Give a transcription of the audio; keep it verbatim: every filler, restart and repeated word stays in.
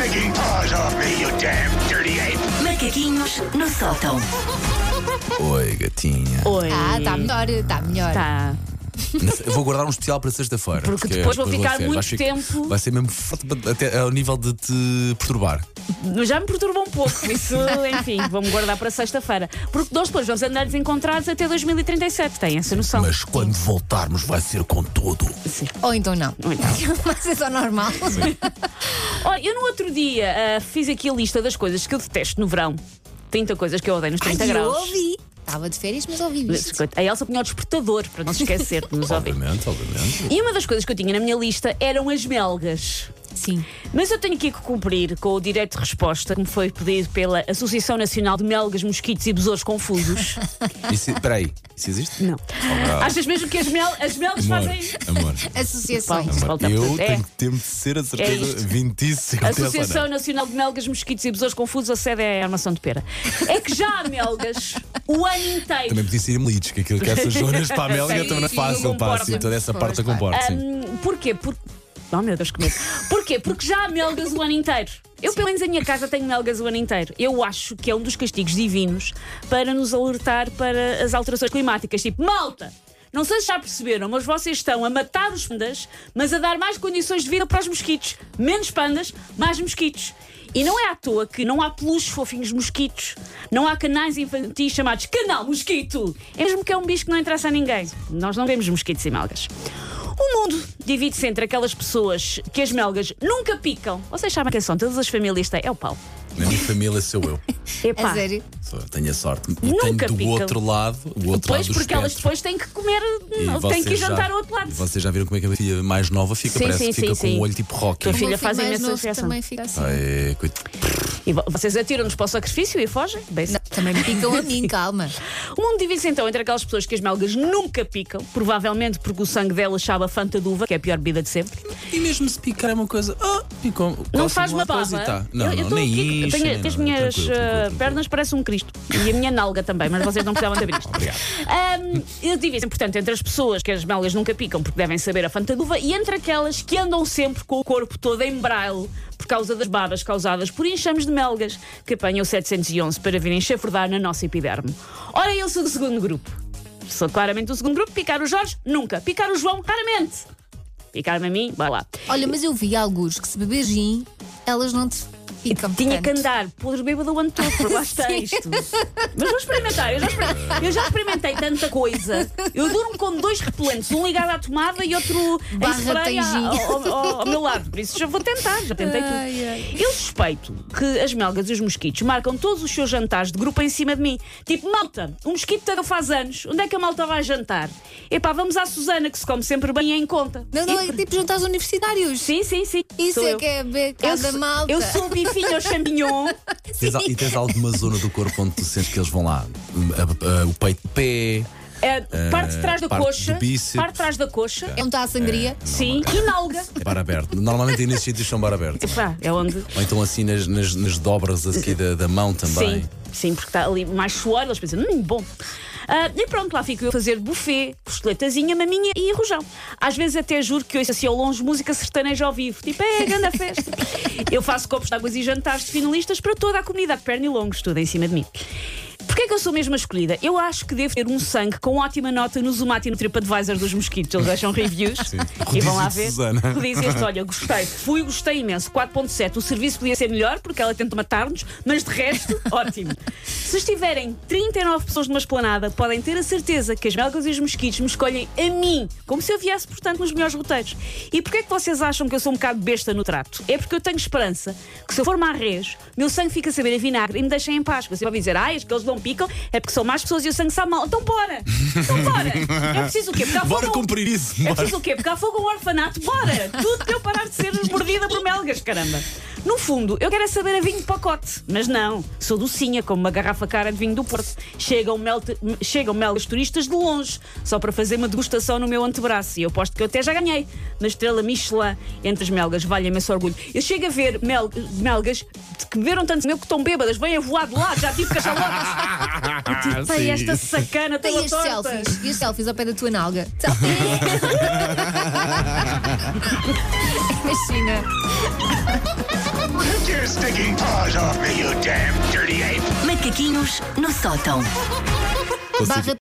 taking paws off me, you damn dirty ape! Macaquinhos no sótão. Oi, gatinha. Oi. Ah, está melhor, está melhor. Tá. Eu vou guardar um especial para sexta-feira. Porque depois vou ficar ver. muito Vai ficar- tempo- Vai ser mesmo forte, até ao nível de te perturbar. Já me perturba um pouco, isso, enfim, vou-me guardar para sexta-feira. Porque nós depois vamos andar desencontrados até dois mil e trinta e sete, tem essa noção. Mas quando voltarmos vai ser com tudo. Sim. Ou então não. Ou então. Vai ser só normal. Olha, eu no outro dia ah, fiz aqui a lista das coisas que eu detesto no verão. trinta coisas que eu odeio nos trinta Ai, eu graus. ouvi. Estava de férias, mas ouvi isto. A Elsa punha o despertador para não se esquecer de nos ouvir. Obviamente, obviamente. E uma das coisas que eu tinha na minha lista eram as melgas. Sim. Mas eu tenho aqui que cumprir com o direito de resposta que me foi pedido pela Associação Nacional de Melgas, Mosquitos e Besouros Confusos. Isso, peraí, isso existe? Não. Oh, Achas mesmo que as, mel, as melgas amor, fazem. amor. Associações. Amor. Volta, Eu portanto, é. tenho tempo de ser a É certeza isto. vinte e cinco. A Associação Nacional de Melgas, Mosquitos e Besouros Confusos, a sede é a Armação de Pera. É que já há melgas o ano inteiro. Também podia ser em Leeds, que aquilo que essas zonas para a Melga Sim, também não é sim, fácil, eu pá, concordo. assim, toda essa Pois, parte eu claro. comporto, sim. Hum, porquê? Por... Oh meu Deus, que medo. Porquê? Porque já há melgas o ano inteiro. Eu, pelo menos, em minha casa tenho melgas o ano inteiro. Eu acho que é um dos castigos divinos para nos alertar para as alterações climáticas. Tipo, malta! Não sei se já perceberam, mas vocês estão a matar os pandas, mas a dar mais condições de vida para os mosquitos. Menos pandas, mais mosquitos. E não é à toa que não há peluches fofinhos mosquitos. Não há canais infantis chamados canal mosquito. É mesmo que é um bicho que não interessa a ninguém. Nós não vemos mosquitos e melgas. O mundo divide-se entre aquelas pessoas que as melgas nunca picam. Vocês sabem quem são? Todas as famílias têm. É o pau. Na minha família sou eu. Epá. A sério? Só tenho a sorte. E Nunca tenho do picam. outro lado, o outro Pois, lado do porque elas espectro. depois têm que comer, E não, têm que ir vocês já- jantar ao outro lado. Vocês já viram como é que a minha filha mais nova fica? Sim, Parece sim, que fica sim, com sim. o olho tipo Rocky. Tua filha O meu faz filho mais imensa novo reação. também fica assim. Ai, coit- E vo- vocês atiram-nos para o sacrifício e fogem? Bem, Não, também me picam a mim, calma. O mundo divide-se então entre aquelas pessoas que as melgas nunca picam, provavelmente porque o sangue delas sabe a fanta de uva, que é a pior bebida de sempre. E mesmo se picar é uma coisa. Ah, picou. Não coça faz uma uma coisa baba. e tá. Não, eu, eu não, tô nem aqui, incha, tenho, nem as nada. minhas Tranquilo, tranquilo, uh, tranquilo. pernas parecem um Cristo. E a minha nalga também, mas vocês não precisavam de abrir isto. Obrigado. Um, eu dividem, portanto, entre as pessoas que as melgas nunca picam porque devem saber a fanta de uva e entre aquelas que andam sempre com o corpo todo em braille por causa das babas causadas por enxames de melgas que apanham o setecentos e onze para virem chafurdar na nossa epiderme. Ora, eu sou do segundo grupo. Sou claramente do segundo grupo. Picar o Jorge, nunca. Picar o João, raramente. Picar-me a mim, vai lá. Olha, mas eu vi alguns que se beber gin, elas não te picam. Tinha que portanto. andar podre bêbado o ano todo, porque lá está Sim. isto. Mas vou experimentar, eu já, exper- eu já experimentei tanta coisa. Eu durmo com dois repelentes, um ligado à tomada e outro em Barra spray tem gin. ao, ao- ao- ao meu lado. Por isso já vou tentar, já tentei tudo. Ai, ai. Eu suspeito que as melgas e os mosquitos marcam todos os seus jantares de grupo em cima de mim. Tipo, malta, um mosquito tega faz anos, onde é que a malta vai jantar? Epá, vamos à Susana, que se come sempre bem e é em conta. Não, não, E- é tipo juntar os universitários. Sim, sim, sim. Isso sou é eu. que é Eu becada sou, malta. eu sou o bifinho ao champignon. Tens al- e tens alguma zona do corpo onde tu sentes que eles vão lá? A- a- o peito de pé. É, parte de trás da parte coxa. do bíceps. Parte de trás da coxa. É onde está a sangria. Sim, e nalga. Bar aberto. Normalmente aí nesses sítios são bar aberto. Epá, é onde. Ou então assim nas, nas, nas dobras aqui da, da mão também. Sim, sim, porque está ali mais suor, eles pensam, hum, bom. Ah, e pronto, lá fico eu a fazer buffet, costeletazinha, maminha e rojão. Às vezes até juro que ouço assim ao longe música sertaneja ao vivo. Tipo, é, grande festa. Eu faço copos de águas e jantares de finalistas para toda a comunidade pernilongos, tudo em cima de mim. Porquê é que eu sou mesmo a escolhida? Eu acho que devo ter um sangue com ótima nota no Zoomati e no TripAdvisor dos mosquitos. Eles deixam reviews e vão lá Rodízio de ver. Susana. Rodízio este, olha, gostei, fui, gostei imenso. quatro ponto sete. O serviço podia ser melhor porque ela tenta matar-nos, mas de resto, ótimo. Se estiverem trinta e nove pessoas numa esplanada, podem ter a certeza que as melgas e os mosquitos me escolhem a mim, como se eu viesse, portanto, nos melhores roteiros. E porquê é que vocês acham que eu sou um bocado besta no trato? É porque eu tenho esperança que se eu for má res, meu sangue fica a saber a vinagre e me deixem em paz. Você vai dizer, ah, as que eles não picam é porque são mais pessoas e o sangue sabe mal. Então bora! Então bora! É preciso o quê? Porque há Bora fogo- cumprir isso. É bora. preciso o quê? Porque há fogo ao orfanato. Bora! Tudo para eu parar de ser mordida por melgas, caramba. No fundo, eu quero é saber a vinho de pacote. Mas não, sou docinha, como uma garrafa cara de vinho do Porto. Chegam, melte, chegam melgas turistas de longe, só para fazer uma degustação no meu antebraço. E eu aposto que eu até já ganhei na estrela Michelin entre as melgas. Vale-me esse orgulho. Eu chego a ver mel, melgas que beberam tanto meu que estão bêbadas, vêm a voar de lado, já tive cachalotes. E tipo, "Ei, esta sacana Tem toda as torta." selfies. E as selfies ao pé da tua nalga. Selfie. Imagina. You your stinking paws off me, you damn dirty ape! Macaquinhos no sótão. Consigo- Barra